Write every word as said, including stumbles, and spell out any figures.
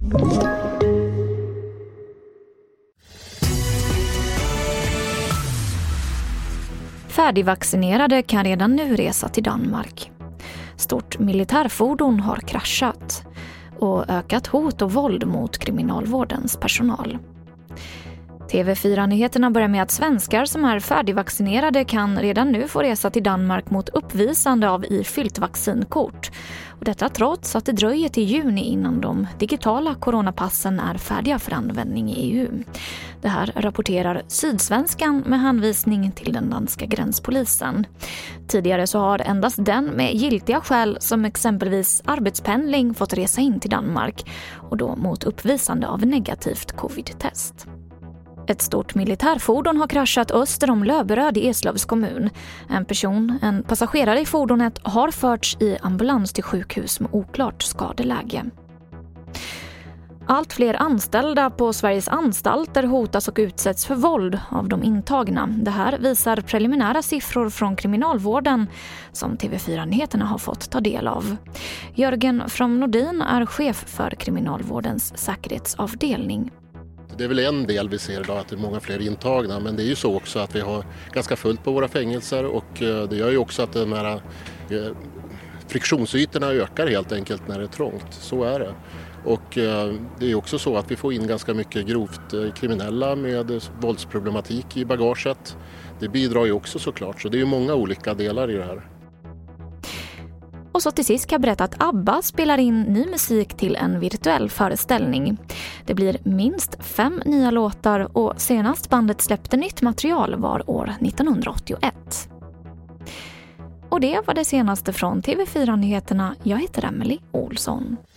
Färdigvaccinerade kan redan nu resa till Danmark. Stort militärfordon har kraschat och ökat hot och våld mot kriminalvårdens personal. T V fyra-nyheterna börjar med att svenskar som är färdigvaccinerade kan redan nu få resa till Danmark mot uppvisande av ifyllt vaccinkort. Och detta trots att det dröjer till juni innan de digitala coronapassen är färdiga för användning i E U. Det här rapporterar Sydsvenskan med hänvisning till den danska gränspolisen. Tidigare så har endast den med giltiga skäl som exempelvis arbetspendling fått resa in till Danmark och då mot uppvisande av negativt covid-test. Ett stort militärfordon har kraschat öster om Löberöd i Eslövs kommun. En person, en passagerare i fordonet, har förts i ambulans till sjukhus med oklart skadeläge. Allt fler anställda på Sveriges anstalter hotas och utsätts för våld av de intagna. Det här visar preliminära siffror från kriminalvården som T V fyra-nyheterna har fått ta del av. Jörgen från Nordin är chef för kriminalvårdens säkerhetsavdelning. Det är väl en del vi ser idag, att det är många fler intagna, men det är ju så också att vi har ganska fullt på våra fängelser, och det gör ju också att de här friktionsytorna ökar helt enkelt när det är trångt. Så är det. Och det är också så att vi får in ganska mycket grovt kriminella med våldsproblematik i bagaget. Det bidrar ju också såklart, så det är ju många olika delar i det här. Och så till sist kan jag berätta att ABBA spelar in ny musik till en virtuell föreställning. Det blir minst fem nya låtar och senast bandet släppte nytt material var år nittonhundraåttioett. Och det var det senaste från T V fyra-nyheterna. Jag heter Emily Olsson.